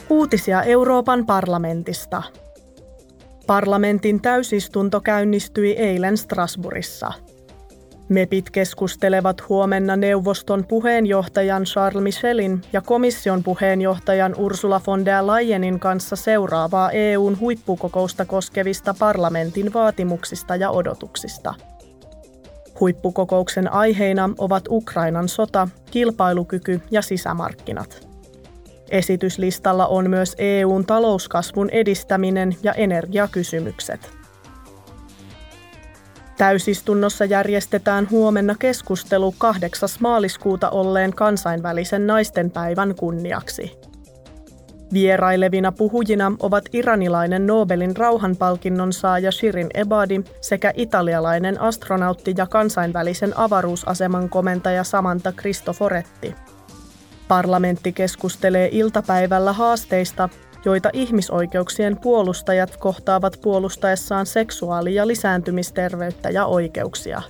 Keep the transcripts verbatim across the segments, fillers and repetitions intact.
Uutisia Euroopan parlamentista. Parlamentin täysistunto käynnistyi eilen Strasbourgissa. Mepit keskustelevat huomenna neuvoston puheenjohtajan Charles Michelin ja komission puheenjohtajan Ursula von der Leyenin kanssa seuraavaa E U:n huippukokousta koskevista parlamentin vaatimuksista ja odotuksista. Huippukokouksen aiheina ovat Ukrainan sota, kilpailukyky ja sisämarkkinat. Esityslistalla on myös E U:n talouskasvun edistäminen ja energiakysymykset. Täysistunnossa järjestetään huomenna keskustelu kahdeksas maaliskuuta olleen kansainvälisen naistenpäivän kunniaksi. Vierailevina puhujina ovat iranilainen Nobelin rauhanpalkinnon saaja Shirin Ebadi sekä italialainen astronautti ja kansainvälisen avaruusaseman komentaja Samantha Cristoforetti. Parlamentti keskustelee iltapäivällä haasteista, joita ihmisoikeuksien puolustajat kohtaavat puolustaessaan seksuaali- ja lisääntymisterveyttä ja oikeuksia.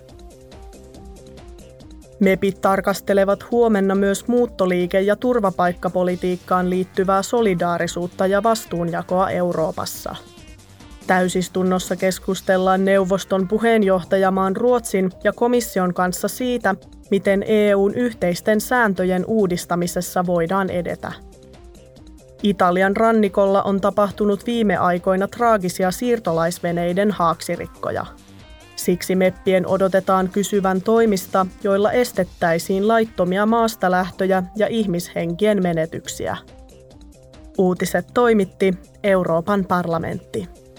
Mepit tarkastelevat huomenna myös muuttoliike- ja turvapaikkapolitiikkaan liittyvää solidaarisuutta ja vastuunjakoa Euroopassa. Täysistunnossa keskustellaan neuvoston puheenjohtajamaan Ruotsin ja komission kanssa siitä, miten E U:n yhteisten sääntöjen uudistamisessa voidaan edetä. Italian rannikolla on tapahtunut viime aikoina traagisia siirtolaisveneiden haaksirikkoja. Siksi meppien odotetaan kysyvän toimista, joilla estettäisiin laittomia maastalähtöjä ja ihmishenkien menetyksiä. Uutiset toimitti Euroopan parlamentti.